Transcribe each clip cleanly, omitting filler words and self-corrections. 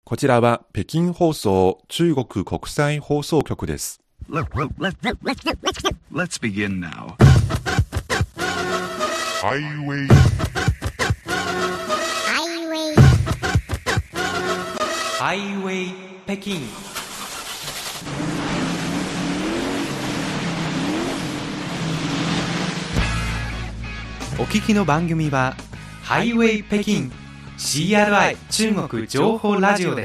こちらは北京放送中国国際放送局です。 Let's begin now. Highway 北京。お聞きの番組はハイウェイ北京 CRI 中国情報ラジオです。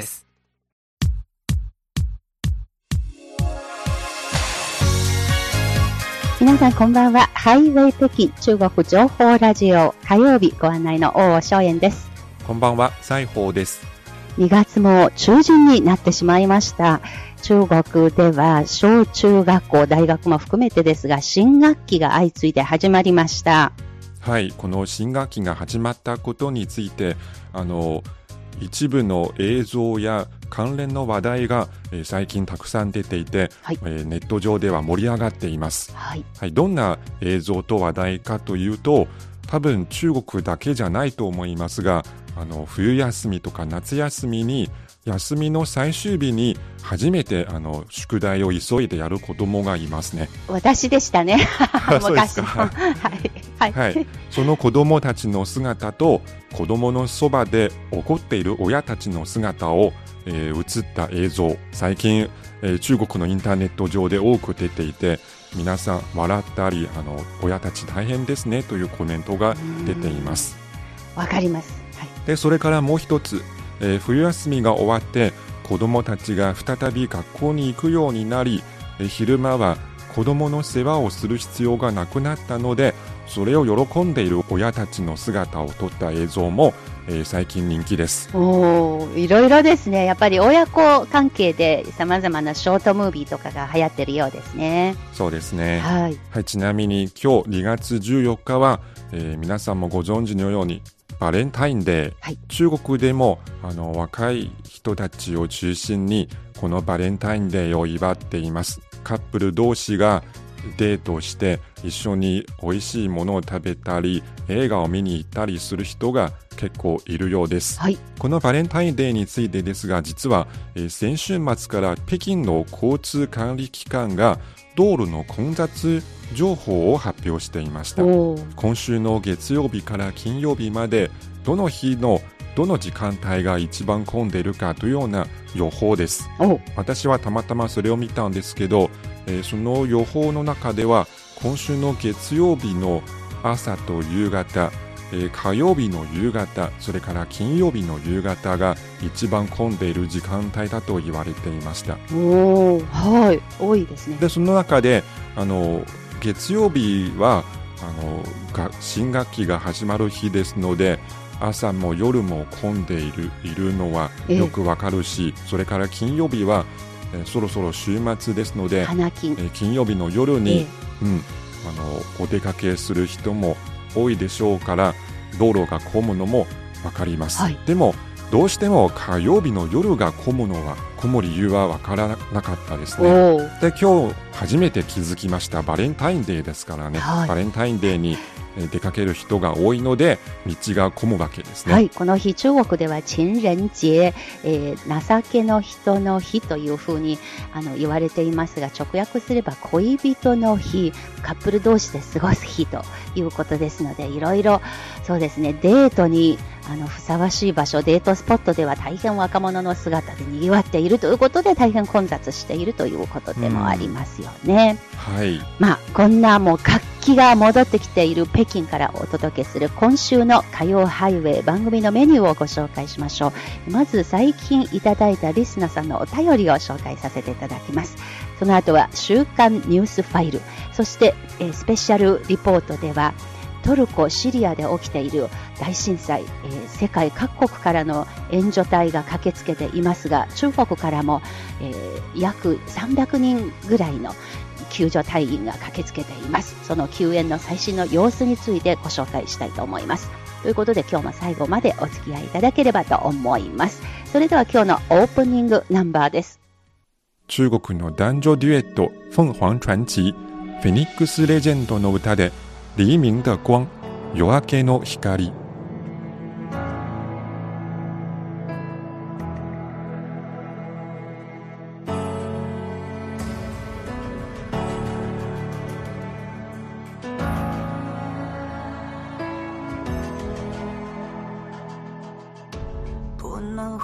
皆さんこんばんは。ハイウェイ北京中国情報ラジオ火曜日ご案内の大尾翔燕です。 こんばんは、西宝です。 2月も中旬になってしまいました。中国では小中学校、大学も含めてですが新学期が相次いで始まりました。 はい、この新学期が始まったことについて一部の映像や関連の話題が、最近たくさん出ていて、はい、ネット上では盛り上がっています。はいはい、どんな映像と話題かというと、多分中国だけじゃないと思いますが、冬休みとか夏休みに休みの最終日に初めて宿題を急いでやる子供がいますね。 私でしたね。昔のはいはい、その子供たちの姿と子供のそばで怒っている親たちの姿を、映った映像、最近、中国のインターネット上で多く出ていて、皆さん笑ったり親たち大変ですねというコメントが出ています。 わかります、はい、 でそれからもう一つ、冬休みが終わって子どもたちが再び学校に行くようになり、昼間は子どもの世話をする必要がなくなったので、それを喜んでいる親たちの姿を撮った映像も、最近人気です。 いろいろですね。やっぱり親子関係で様々なショートムービーとかが流行ってるようですね。 そうですね、 はいはい、ちなみに今日2月14日は、皆さんもご存知のようにバレンタインデー、はい、中国でも若い人たちを中心にこのバレンタインデーを祝っています。カップル同士がデートして一緒に美味しいものを食べたり映画を見に行ったりする人が結構いるようです、はい、このバレンタインデーについてですが、実は、先週末から北京の交通管理機関が道路の混雑情報を発表していました。今週の月曜日から金曜日までどの日のどの時間帯が一番混んでいるかというような予報です。私はたまたまそれを見たんですけど、その予報の中では今週の月曜日の朝と夕方、火曜日の夕方、それから金曜日の夕方が一番混んでいる時間帯だと言われていました。 はい、多いですね。 でその中で月曜日は新学期が始まる日ですので、朝も夜も混んでいるのはよくわかるし、それから金曜日は、そろそろ週末ですので、金曜日の夜に、お出かけする人も多いでしょうから道路が混むのもわかります、はい、でもどうしても火曜日の夜が混む理由はわからなかったですね。で今日初めて気づきました。バレンタインデーですからね、はい、バレンタインデーに出かける人が多いので道が混むわけですね。 はい、この日中国では情人節、情けの人の日というふうに言われていますが、直訳すれば恋人の日、カップル同士で過ごす日ということですので、いろいろそうですね、デートにふさわしい場所、デートスポットでは大変若者の姿で賑わっているということで大変混雑しているということでもありますよね。 はい、 こんなもう活気が戻ってきている北京からお届けする今週の火曜ハイウェイ番組のメニューをご紹介しましょう。まず最近いただいたリスナーさんのお便りを紹介させていただきます。その後は週刊ニュースファイル、そして、スペシャルリポートではトルコ・シリアで起きている大震災、世界各国からの援助隊が駆けつけていますが、中国からも、約300人ぐらいの救助隊員が駆けつけています。その救援の最新の様子についてご紹介したいと思います。ということで今日も最後までお付き合いいただければと思います。それでは今日のオープニングナンバーです。 中国の男女デュエット鳳凰傳奇、フェニックスレジェンドの歌で黎明的光、夜明けの光。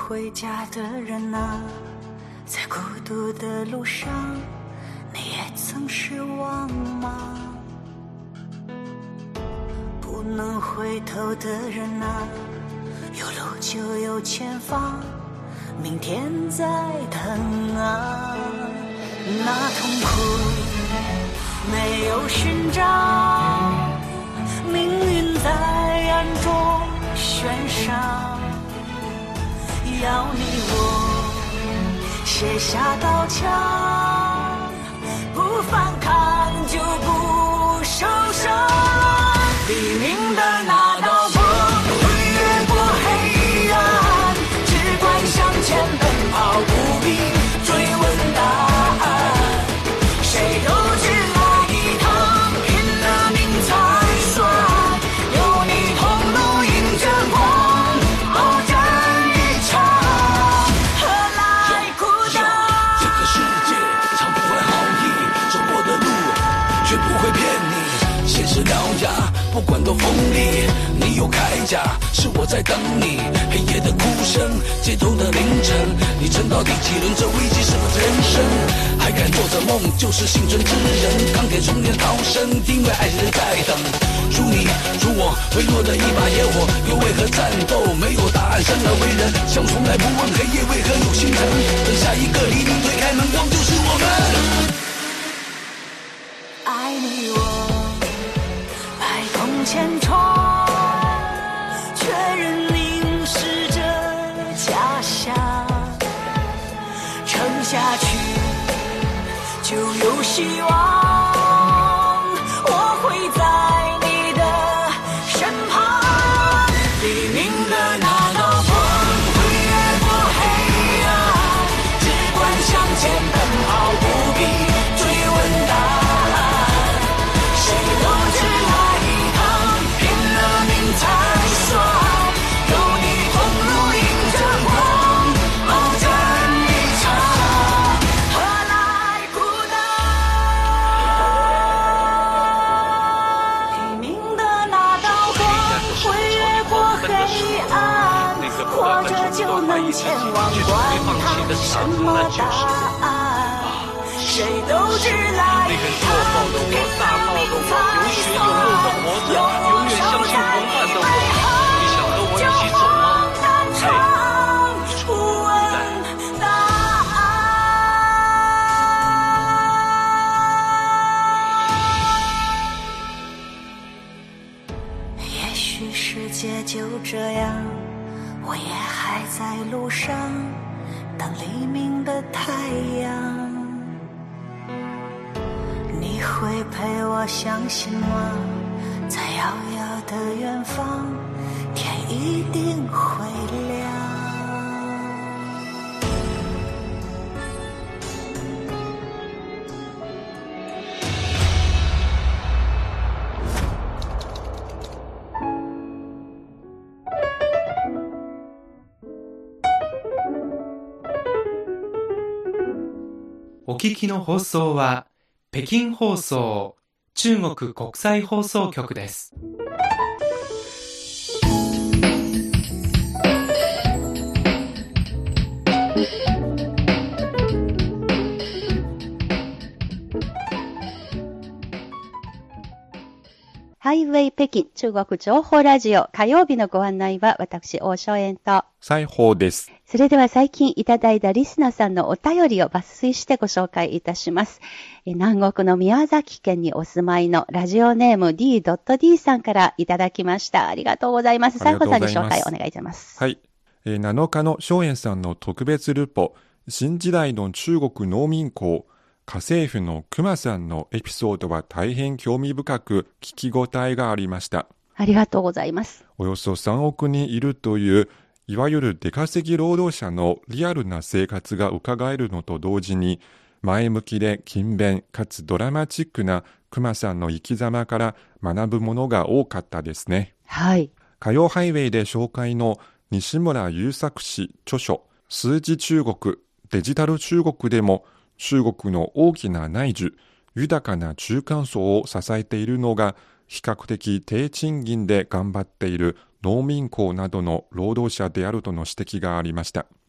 回家的人啊，在孤独的路上，你也曾失望吗？不能回头的人啊，有路就有前方，明天在等啊。那痛苦没有寻找，命运在暗中悬赏，要你我卸下刀枪，不反抗就不受伤。黎明的那道光会越过黑暗，只管向前奔跑，不必追问答案。谁都只来一趟，拼了命才算。有你同路迎着光，鏖战一场，何来孤单？ 这个世界常不会好意，走过的路绝不会骗你。现实獠牙，不管多锋利，你有铠甲，是我在等你。黑夜的哭声，街头的凌晨，你撑到第几轮？这危机是我的人生，还敢做着梦，就是幸存之人。钢铁中年逃生，因为爱人在等。如你如我，微弱的一把野火，又为何战斗？没有答案，生而为人，像从来不问黑夜为何有星辰。等下一个黎明推开门，光就是我们。 爱你我百孔千疮，却仍凝视着家乡。撑下去就有希望，我会在你的身旁。黎明的那道光会越过黑暗，只管向前奔跑，不必追问答案。谁都只来一趟，拼了命才算。有你同路迎着光，鏖战一场，何来孤单？黎明的那道光会越过黑暗，活着就能前往，管他什么答案。谁都只来一趟，拼了命才算。有我守在你背后，就往南闯，不问答案。也许世界就这样，我也还在路上，等黎明的太阳。你会陪我相信吗？在遥遥的远方，天一定会亮。 お聞きの放送は北京放送中国国際放送局です。 ハイウェイ北京中国情報ラジオ火曜日のご案内は私大正円と裁縫です。 それでは最近いただいたリスナーさんのお便りを抜粋してご紹介いたします。南国の宮崎県にお住まいのラジオネーム D.D さんからいただきました。ありがとうございます。裁縫さんに紹介お願いします。 はい。7日の正円さんの特別ルポ、新時代の中国農民工、家政婦の熊さんのエピソードは大変興味深く聞き応えがありました。 ありがとうございます。 およそ3億人いるといういわゆる出稼ぎ労働者のリアルな生活が伺えるのと同時に、前向きで勤勉かつドラマチックな熊さんの生き様から学ぶものが多かったですね。 はい。 火曜ハイウェイで紹介の西村優作氏著書、数字中国、デジタル中国でも、中国の大きな内需、豊かな中間層を支えているのが、比較的低賃金で頑張っている農民工などの労働者であるとの指摘がありました。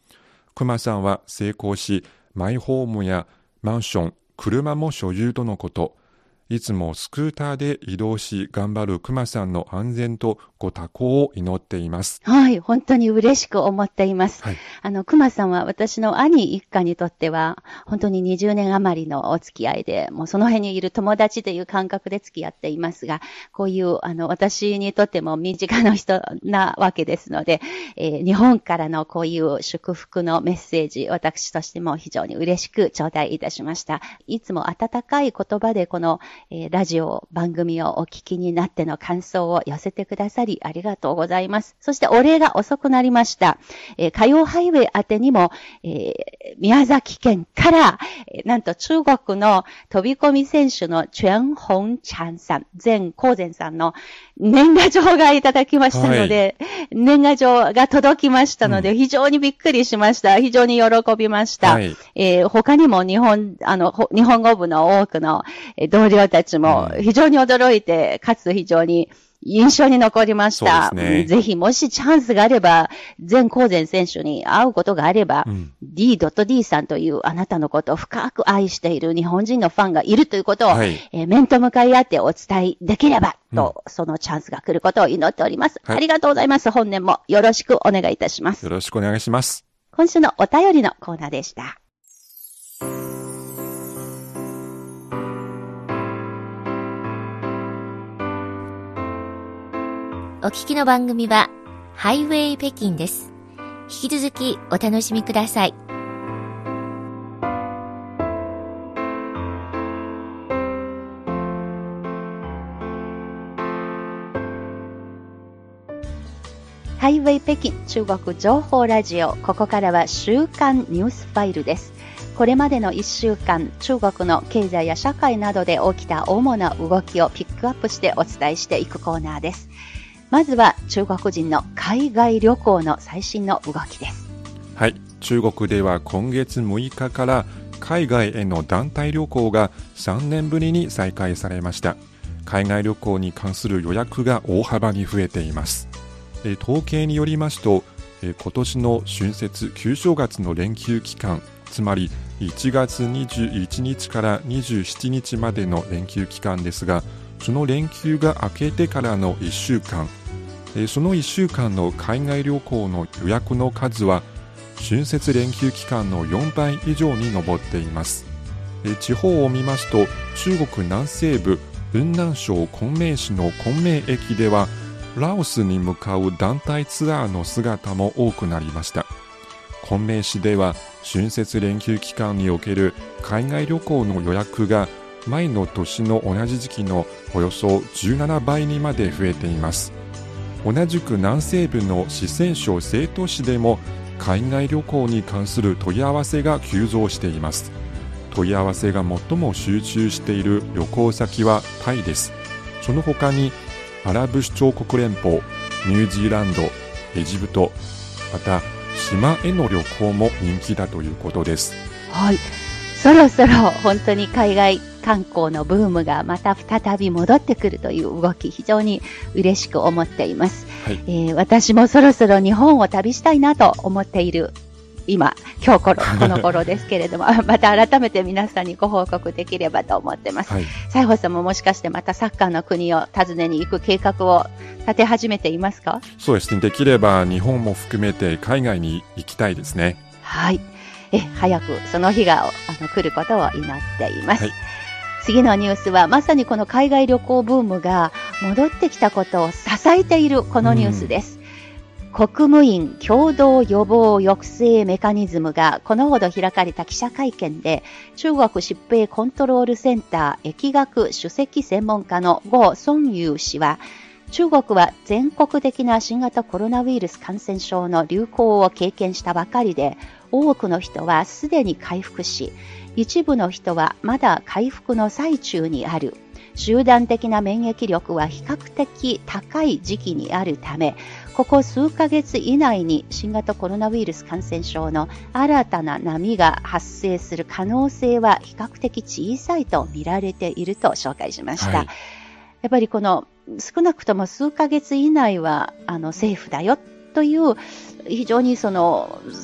熊さんは成功し、マイホームやマンション、車も所有とのこと。いつもスクーターで移動し頑張る熊さんの安全とご多幸を祈っています。 はい、本当に嬉しく思っています。はい、熊さんは私の兄一家にとっては、本当に20年余りのお付き合いで、もうその辺にいる友達という感覚で付き合っていますが、こういう私にとっても身近な人なわけですので、日本からのこういう祝福のメッセージ、私としても非常に嬉しく頂戴いたしました。いつも温かい言葉でこのラジオ番組をお聞きになっての感想を寄せてくださりありがとうございます。そしてお礼が遅くなりました。火曜ハイウェイ宛てにも、宮崎県から、なんと中国の飛び込み選手の全紅嬋さん、全光前さんの年賀状がいただきましたので、はい、年賀状が届きましたので、非常にびっくりしました。非常に喜びました。はい、他にも日本語部の多くの同僚たちも非常に驚いて、かつ非常に印象に残りました。ぜひもしチャンスがあれば、全光前選手に会うことがあれば、D.D さんというあなたのことを深く愛している日本人のファンがいるということを、はい、面と向かい合ってお伝えできればと、そのチャンスが来ることを祈っております。はい、ありがとうございます。本年もよろしくお願いいたします。 よろしくお願いします。 今週のお便りのコーナーでした。 お聞きの番組はハイウェイ北京です。引き続きお楽しみください。 ハイウェイ北京中国情報ラジオ。ここからは週刊ニュースファイルです。これまでの1週間、中国の経済や社会などで起きた主な動きをピックアップしてお伝えしていくコーナーです。まずは中国人の海外旅行の最新の動きです。 はい、中国では今月6日から海外への団体旅行が3年ぶりに再開されました。海外旅行に関する予約が大幅に増えています。統計によりますと、今年の春節旧正月の連休期間、つまり1月21日から27日までの連休期間ですが、その連休が明けてからの1週間、その1週間の海外旅行の予約の数は春節連休期間の4倍以上に上っています。地方を見ますと、中国南西部雲南省昆明市の昆明駅ではラオスに向かう団体ツアーの姿も多くなりました。昆明市では春節連休期間における海外旅行の予約が前の年の同じ時期のおよそ17倍にまで増えています。同じく南西部の四川省成都市でも海外旅行に関する問い合わせが急増しています。問い合わせが最も集中している旅行先はタイです。その他にアラブ首長国連邦、ニュージーランド、エジプト、また島への旅行も人気だということです。 はい、そろそろ本当に海外観光のブームがまた再び戻ってくるという動き、非常に嬉しく思っています。はい、私もそろそろ日本を旅したいなと思っている今日この頃ですけれどもまた改めて皆さんにご報告できればと思ってます。はい、西郷さんももしかしてまたサッカーの国を訪ねに行く計画を立て始めていますか？ そうですね、できれば日本も含めて海外に行きたいですね。 はい、早くその日が来ることを祈っています。はい、次のニュースはまさにこの海外旅行ブームが戻ってきたことを支えているこのニュースです。国務院共同予防抑制メカニズムがこのほど開かれた記者会見で、中国疾病コントロールセンター疫学首席専門家の呉尊友氏は、中国は全国的な新型コロナウイルス感染症の流行を経験したばかりで、多くの人はすでに回復し、一部の人はまだ回復の最中にある。集団的な免疫力は比較的高い時期にあるため、ここ数ヶ月以内に新型コロナウイルス感染症の新たな波が発生する可能性は比較的小さいと見られていると紹介しました。はい、やっぱりこの少なくとも数ヶ月以内はセーフだよという非常にそ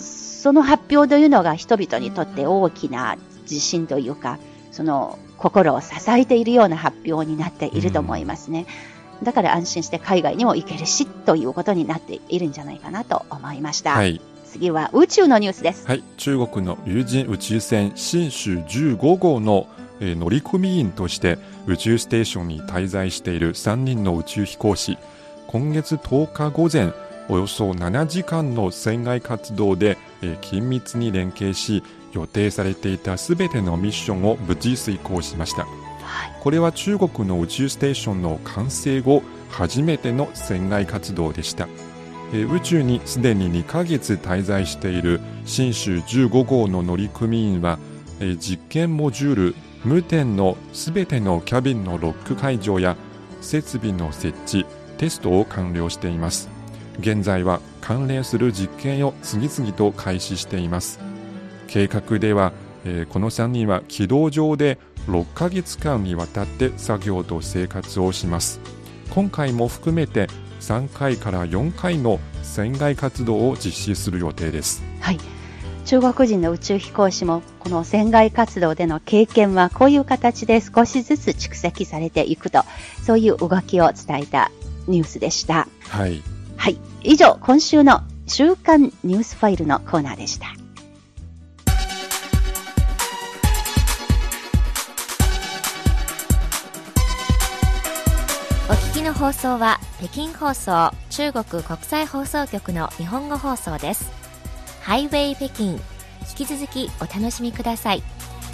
その発表というのが人々にとって大きな自信というか、その心を支えているような発表になっていると思いますね。だから安心して海外にも行けるしということになっているんじゃないかなと思いました。 はい。 次は宇宙のニュースです。 はい。中国の有人宇宙船神舟15号の乗組員として宇宙ステーションに滞在している3人の宇宙飛行士、今月10日午前、およそ7時間の船外活動で緊密に連携し、予定されていたすべてのミッションを無事遂行しました。はい、これは中国の宇宙ステーションの完成後初めての船外活動でした。宇宙にすでに2ヶ月滞在している神舟15号の乗組員は、実験モジュール無点のすべてのキャビンのロック解除や設備の設置、テストを完了しています。現在は関連する実験を次々と開始しています。計画では、この3人は軌道上で6ヶ月間にわたって作業と生活をします。今回も含めて3回から4回の船外活動を実施する予定です。 はい、中国人の宇宙飛行士もこの船外活動での経験はこういう形で少しずつ蓄積されていくと、そういう動きを伝えたニュースでした。 はい、 はい、以上今週の週刊ニュースファイルのコーナーでした。 お聞きの放送は北京放送、中国国際放送局の日本語放送です。ハイウェイ北京、引き続きお楽しみください。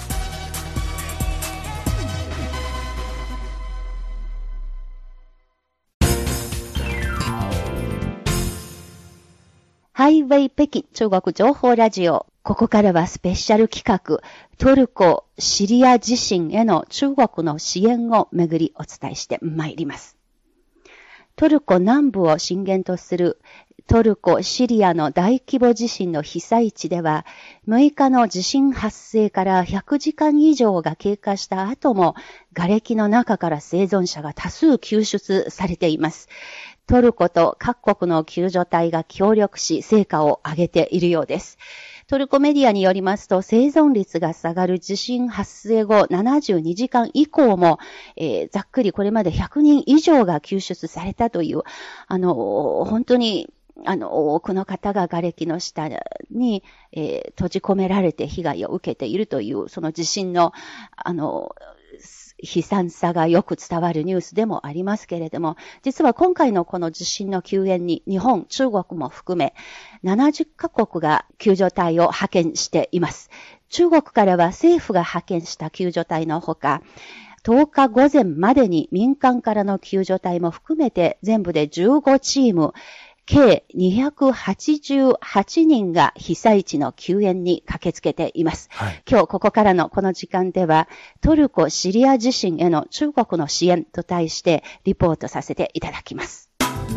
ハイウェイ北京中国情報ラジオ。ここからはスペシャル企画、トルコ・シリア地震への中国の支援をめぐりお伝えしてまいります。トルコ南部を震源とするトルコ・シリアの大規模地震の被災地では、6日の地震発生から100時間以上が経過した後も、瓦礫の中から生存者が多数救出されています。トルコと各国の救助隊が協力し、成果を上げているようです。トルコメディアによりますと、生存率が下がる地震発生後72時間以降も、ざっくりこれまで100人以上が救出されたという、本当に多くの方が瓦礫の下に、閉じ込められて被害を受けているという、その地震の、悲惨さがよく伝わるニュースでもありますけれども、実は今回のこの地震の救援に日本、中国も含め70カ国が救助隊を派遣しています。中国からは政府が派遣した救助隊のほか、10日午前までに民間からの救助隊も含めて全部で15チーム、計288人が被災地の救援に駆けつけています。はい、今日ここからのこの時間では、トルコ・シリア地震への中国の支援と題してリポートさせていただきます。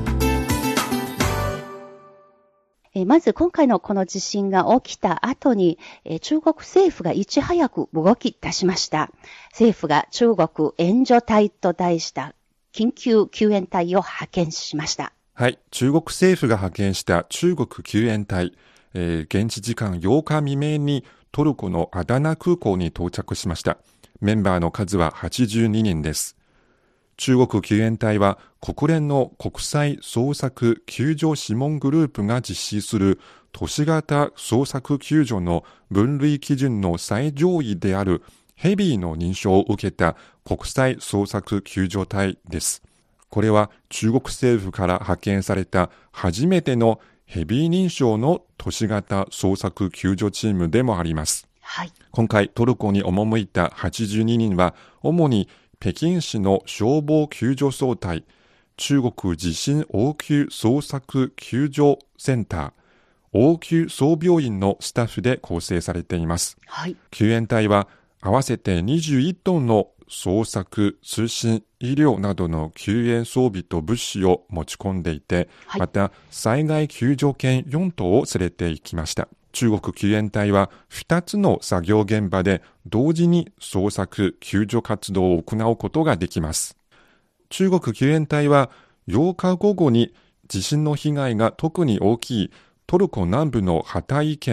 まず今回のこの地震が起きた後に、中国政府がいち早く動き出しました。政府が中国援助隊と題した緊急救援隊を派遣しました。 はい。中国政府が派遣した中国救援隊、現地時間8日未明にトルコのアダナ空港に到着しました。メンバーの数は82人です。中国救援隊は国連の国際捜索救助諮問グループが実施する都市型捜索救助の分類基準の最上位であるヘビーの認証を受けた国際捜索救助隊です。これは中国政府から派遣された初めてのヘビー認証の都市型捜索救助チームでもあります。はい、今回トルコに赴いた82人は主に北京市の消防救助総隊、中国地震応急捜索救助センター、応急総病院のスタッフで構成されています。はい、救援隊は合わせて21トンの捜索、通信、医療などの救援装備と物資を持ち込んでいて、はい、また災害救助犬4頭を連れて行きました。中国救援隊は2つの作業現場で同時に捜索、救助活動を行うことができます。中国救援隊は8日午後に地震の被害が特に大きいトルコ南部のハタイ県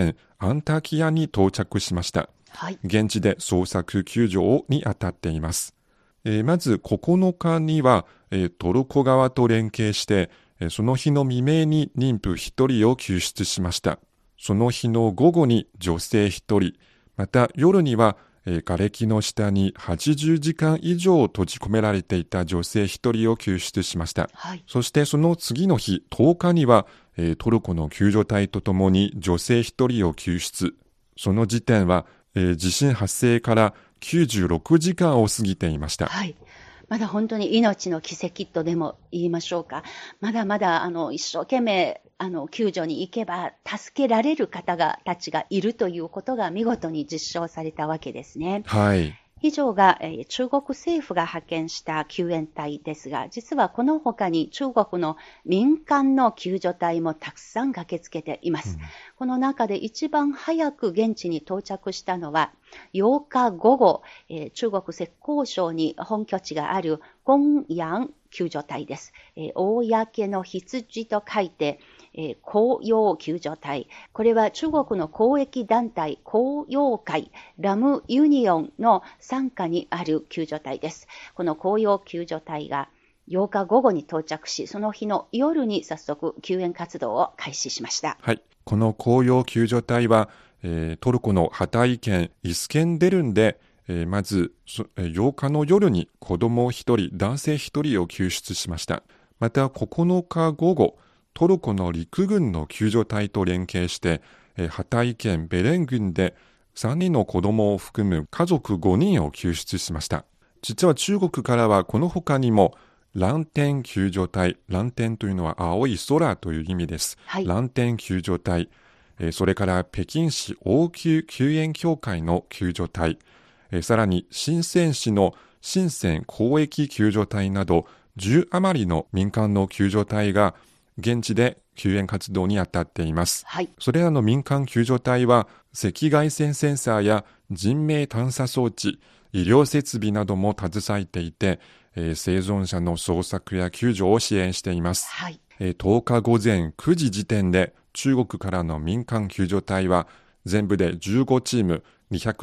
アンタキアに到着しました。 はい。 現地で捜索救助に当たっています。まず9日には、トルコ側と連携して、その日の未明に妊婦1人を救出しました。その日の午後に女性1人、また夜には、瓦礫の下に80時間以上閉じ込められていた女性1人を救出しました。 はい。 そしてその次の日10日には、トルコの救助隊とともに女性1人を救出。その時点は、地震発生から96時間を過ぎていました。 はい。まだ本当に命の奇跡とでも言いましょうか。まだまだ一生懸命救助に行けば助けられる方たちがいるということが見事に実証されたわけですね。 はい。 以上が、中国政府が派遣した救援隊ですが、実はこの他に中国の民間の救助隊もたくさん駆けつけています。この中で一番早く現地に到着したのは、8日午後、中国浙江省に本拠地がある公羊救助隊です。公の羊と書いて、公羊救助隊。これは中国の公益団体公羊会ラムユニオンの傘下にある救助隊です。この公羊救助隊が8日午後に到着し、その日の夜に早速救援活動を開始しました。 はい。この公羊救助隊は、トルコのハタイ県イスケンデルンで、まず8日の夜に子供1人、男性1人を救出しました。また9日午後、トルコの陸軍の救助隊と連携して、ハタイ県ベレン郡で3人の子供を含む家族5人を救出しました。実は中国からはこの他にも藍天救助隊、藍天というのは青い空という意味です。 はい、 藍天救助隊、それから北京市応急救援協会の救助隊、さらに深セン市の深セン公益救助隊など10余りの民間の救助隊が現地で救援活動に当たっています。 はい、 それらの民間救助隊は赤外線センサーや人命探査装置、医療設備なども携えていて、生存者の捜索や救助を支援しています。 はい、 10日午前9時時点で中国からの民間救助隊は全部で15チーム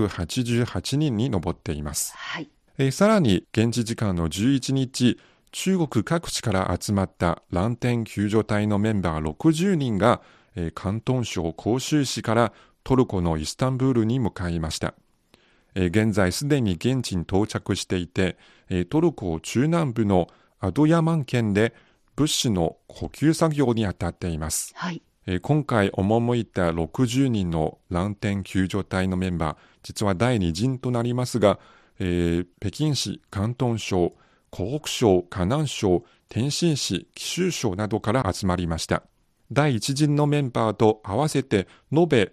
288人に上っています。 はい、 さらに現地時間の11日、中国各地から集まった藍天救助隊のメンバー60人が、広東省広州市からトルコのイスタンブールに向かいました。現在すでに現地に到着していて、トルコ中南部のアドヤマン県で物資の補給作業に当たっています。 はい、 今回赴いた60人の藍天救助隊のメンバー、実は第2陣となりますが、北京市、広東省、湖北省、河南省、天津市、貴州省などから集まりました。第1陣のメンバーと合わせて延べ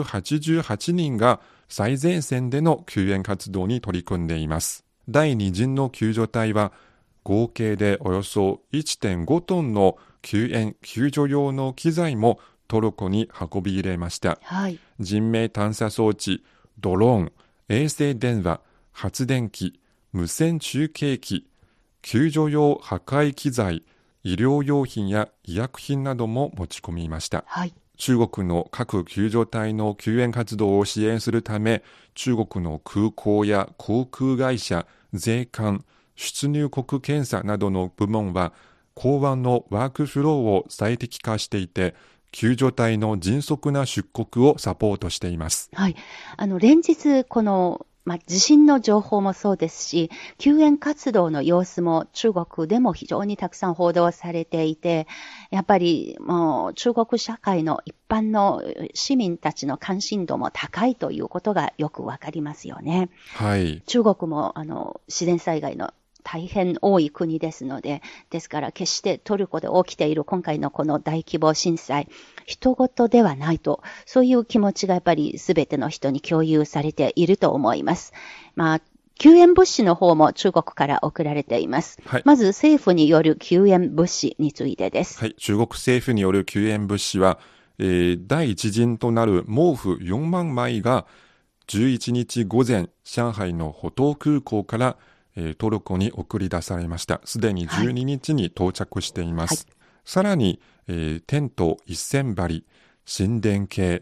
188人が最前線での救援活動に取り組んでいます。第2陣の救助隊は合計でおよそ 1.5 トンの救援・救助用の機材もトルコに運び入れました。 はい、 人命探査装置、ドローン、衛星電話、発電機、無線中継機、救助用破壊機材、医療用品や医薬品なども持ち込みました。 はい、 中国の各救助隊の救援活動を支援するため、中国の空港や航空会社、税関、出入国検査などの部門は港湾のワークフローを最適化していて、救助隊の迅速な出国をサポートしています。 はい、連日この地震の情報もそうですし、救援活動の様子も中国でも非常にたくさん報道されていて、やっぱりもう中国社会の一般の市民たちの関心度も高いということがよくわかりますよね。 はい。 中国も自然災害の大変多い国ですので、ですから決してトルコで起きている今回のこの大規模震災、人事ではないと、そういう気持ちがやっぱり全ての人に共有されていると思います。救援物資の方も中国から送られています。 はい、 まず政府による救援物資についてです。 はい、中国政府による救援物資は、第一陣となる毛布4万枚が11日午前、上海の浦東空港からトルコに送り出されました。すでに12日に到着しています。はい、さらに、テント1000張り、心電計、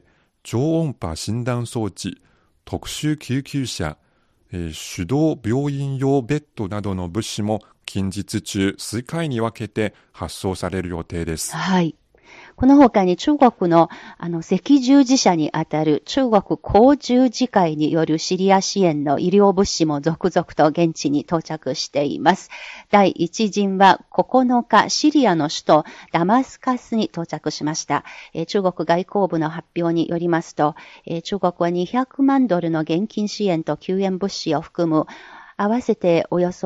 超音波診断装置、特殊救急車、手動病院用ベッドなどの物資も近日中数回に分けて発送される予定です。 はい。この他に中国の赤十字社にあたる中国紅十字会によるシリア支援の医療物資も続々と現地に到着しています。第1陣は9日シリアの首都ダマスカスに到着しました。中国外交部の発表によりますと、中国は200万ドルの現金支援と救援物資を含む合わせておよそ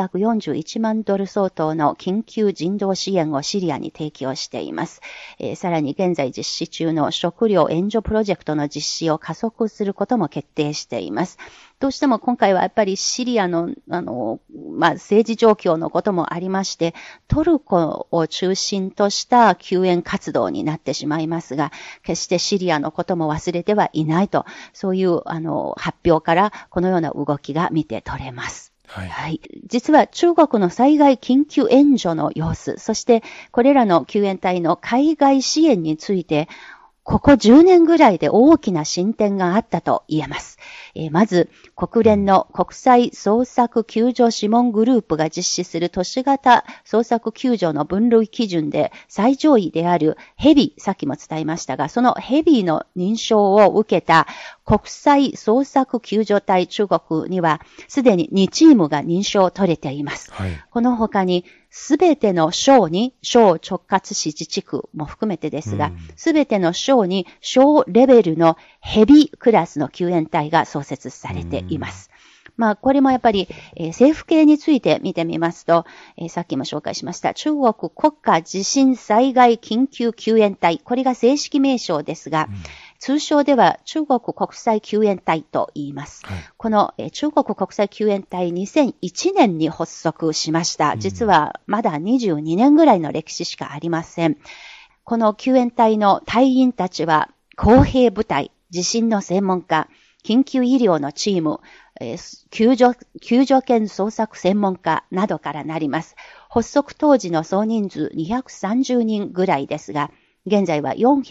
441万ドル相当の緊急人道支援をシリアに提供しています。さらに現在実施中の食料援助プロジェクトの実施を加速することも決定しています。どうしても今回はやっぱりシリアの、政治状況のこともありまして、トルコを中心とした救援活動になってしまいますが、決してシリアのことも忘れてはいないと、そういう発表からこのような動きが見て取れます。はいはい、実は中国の災害緊急援助の様子、そしてこれらの救援隊の海外支援について、ここ10年ぐらいで大きな進展があったと言えます。まず、国連の国際捜索救助諮問グループが実施する都市型捜索救助の分類基準で最上位であるヘビ、さっきも伝えましたが、そのヘビの認証を受けた国際捜索救助隊中国にはすでに2チームが認証を取れています。はい、この他にすべての省に、省直轄市自治区も含めてですが、すべての省に省レベルのヘビクラスの救援隊が創設されています。これもやっぱり、政府系について見てみますと、さっきも紹介しました中国国家地震災害緊急救援隊、これが正式名称ですが、通称では中国国際救援隊と言います。はい、この中国国際救援隊2001年に発足しました。実はまだ22年ぐらいの歴史しかありません。この救援隊の隊員たちは公兵部隊、地震の専門家、緊急医療のチーム、救助犬捜索専門家などからなります。発足当時の総人数230人ぐらいですが、現在は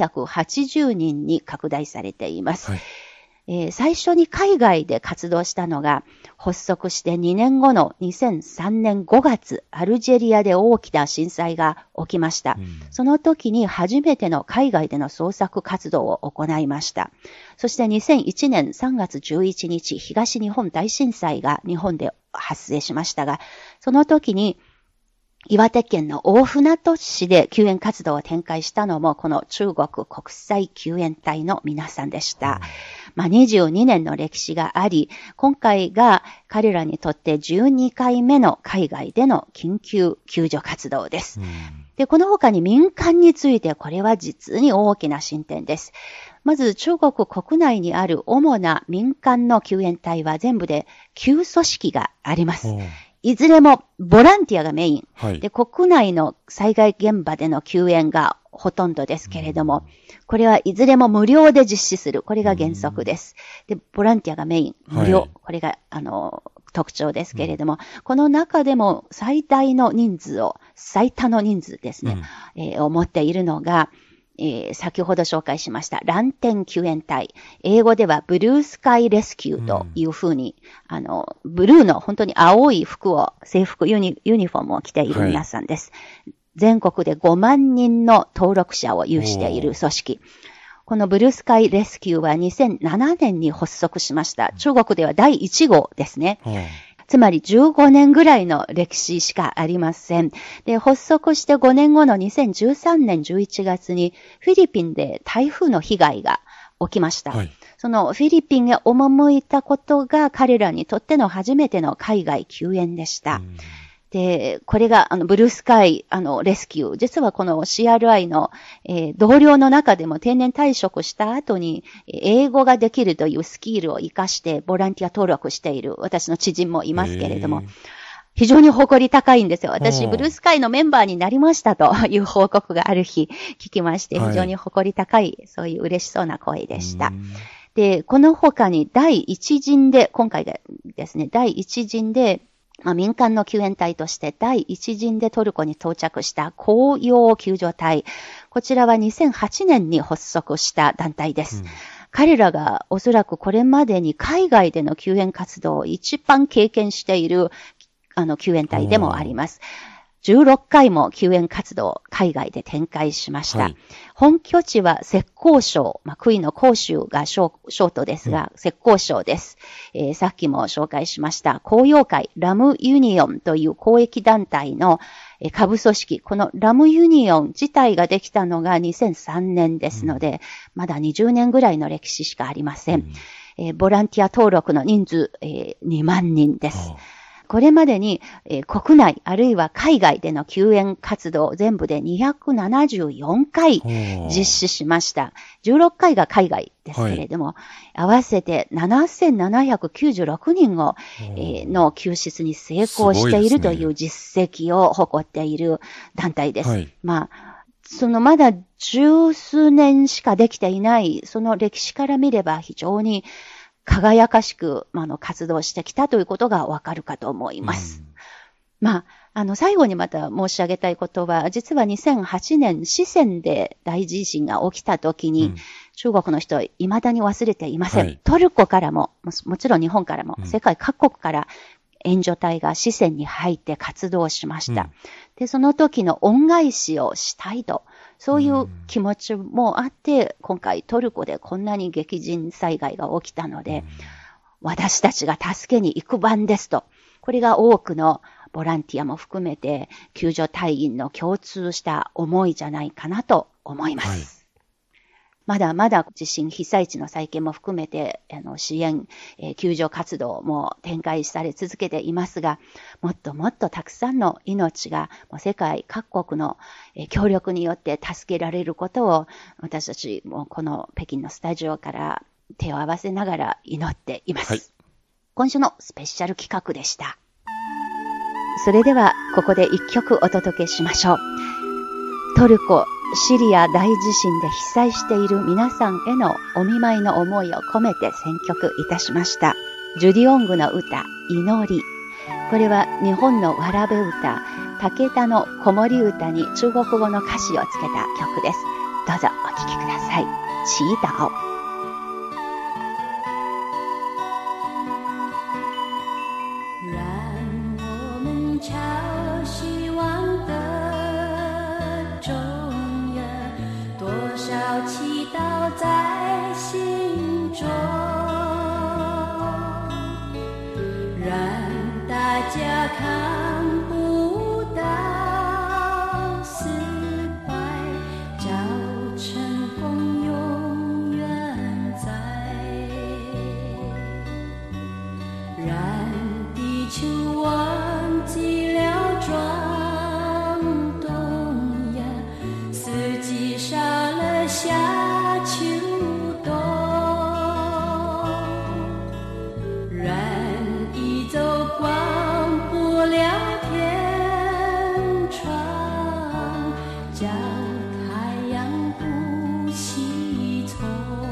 480人に拡大されています。はい、最初に海外で活動したのが、発足して2年後の2003年5月、アルジェリアで大きな震災が起きました。その時に初めての海外での捜索活動を行いました。そして2001年3月11日、東日本大震災が日本で発生しましたが、その時に岩手県の大船渡市で救援活動を展開したのもこの中国国際救援隊の皆さんでした。22年の歴史があり、今回が彼らにとって12回目の海外での緊急救助活動です。で、この他に民間についてこれは実に大きな進展です。まず中国国内にある主な民間の救援隊は全部で9組織があります。いずれもボランティアがメイン、はい、で国内の災害現場での救援がほとんどですけれども、これはいずれも無料で実施する、これが原則です。でボランティアがメイン、無料、はい、これが特徴ですけれども、この中でも最多の人数ですね、を持っているのが、先ほど紹介しました藍天救援隊、英語ではブルースカイレスキューというふうに、ブルーの本当に青い服を、制服ユニフォームを着ている皆さんです。はい、全国で5万人の登録者を有している組織。このブルースカイレスキューは2007年に発足しました。中国では第1号ですね。つまり15年ぐらいの歴史しかありません。で、発足して5年後の2013年11月にフィリピンで台風の被害が起きました。はい、そのフィリピンへ赴いたことが彼らにとっての初めての海外救援でした。で、これがブルースカイレスキュー。実はこの CRI の、同僚の中でも定年退職した後に英語ができるというスキルを活かしてボランティア登録している私の知人もいますけれども、非常に誇り高いんですよ。私、ブルースカイのメンバーになりましたという報告がある日聞きまして、非常に誇り高い、そういう嬉しそうな声でした。で、この他に第一陣で、今回がですね、第一陣で、民間の救援隊として第一陣でトルコに到着した紅葉救助隊。 こちらは2008年に発足した団体です。彼らがおそらくこれまでに海外での救援活動を一番経験している救援隊でもあります。16回も救援活動を海外で展開しました。本拠地は浙江省、杭の杭州がショートですが、浙江省です。さっきも紹介しました公用会ラムユニオンという公益団体の下部組織、このラムユニオン自体ができたのが2003年ですので、まだ20年ぐらいの歴史しかありません。ボランティア登録の人数、2万人です。これまでに、国内あるいは海外での救援活動全部で274回実施しました。16回が海外ですけれども、合わせて7796人を、の救出に成功しているという実績を誇っている団体です。まだ十数年しかできていない、その歴史から見れば非常に輝かしく、活動してきたということがわかるかと思います。最後にまた申し上げたいことは、実は2008年、四川で大地震が起きたときに、中国の人は未だに忘れていません。トルコからも、もちろん日本からも、世界各国から援助隊が四川に入って活動しました。で、その時の恩返しをしたいと。そういう気持ちもあって、今回トルコでこんなに激甚災害が起きたので、私たちが助けに行く番ですと。これが多くのボランティアも含めて、救助隊員の共通した思いじゃないかなと思います。まだまだ地震被災地の再建も含めて、支援、救助活動も展開され続けていますが、もっともっとたくさんの命が世界各国の協力によって助けられることを、私たちもこの北京のスタジオから手を合わせながら祈っています。今週のスペシャル企画でした。それではここで一曲お届けしましょう。トルコシリア大地震で被災している皆さんへのお見舞いの思いを込めて選曲いたしました。ジュディオングの歌、祈り。これは日本のわらべ歌、武田の子守歌に中国語の歌詞をつけた曲です。どうぞお聴きください。祈祷。 祈祷在心中，让大家看不到失败，叫成功永远在，让地球忘记了转动呀，四季少了夏秋冬，让宇宙广播了天窗，叫太阳不西从。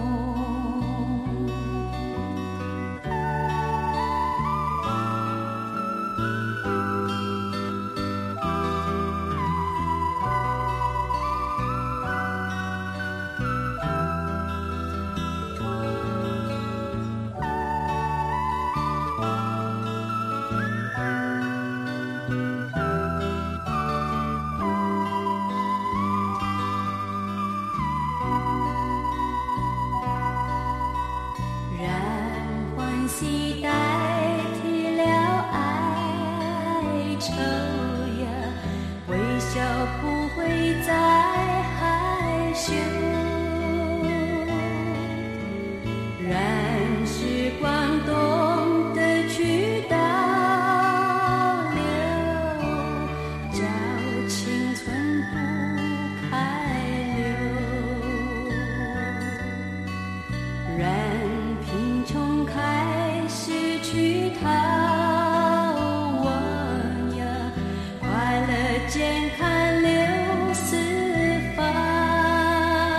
代替了哀愁呀，微笑不会再害羞，让时光懂得去倒流，叫青春不开溜，让贫穷开始去逃亡呀，快乐健康流四方，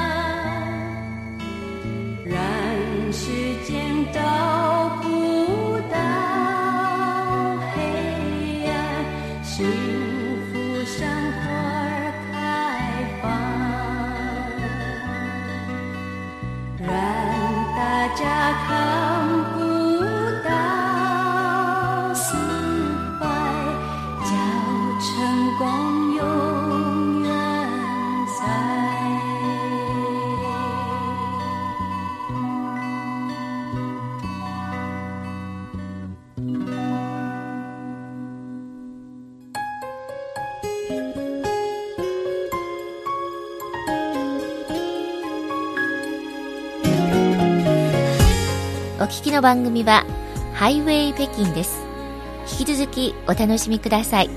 聞きの番組はハイウェイ北京です。引き続きお楽しみください。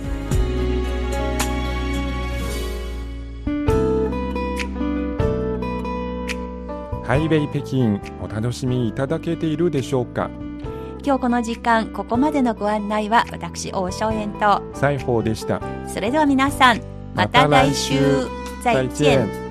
ハイウェイ北京、お楽しみいただけているでしょうか。 今日この時間、ここまでのご案内は私王正円と西宝でした。 それでは皆さん、また来週。再见。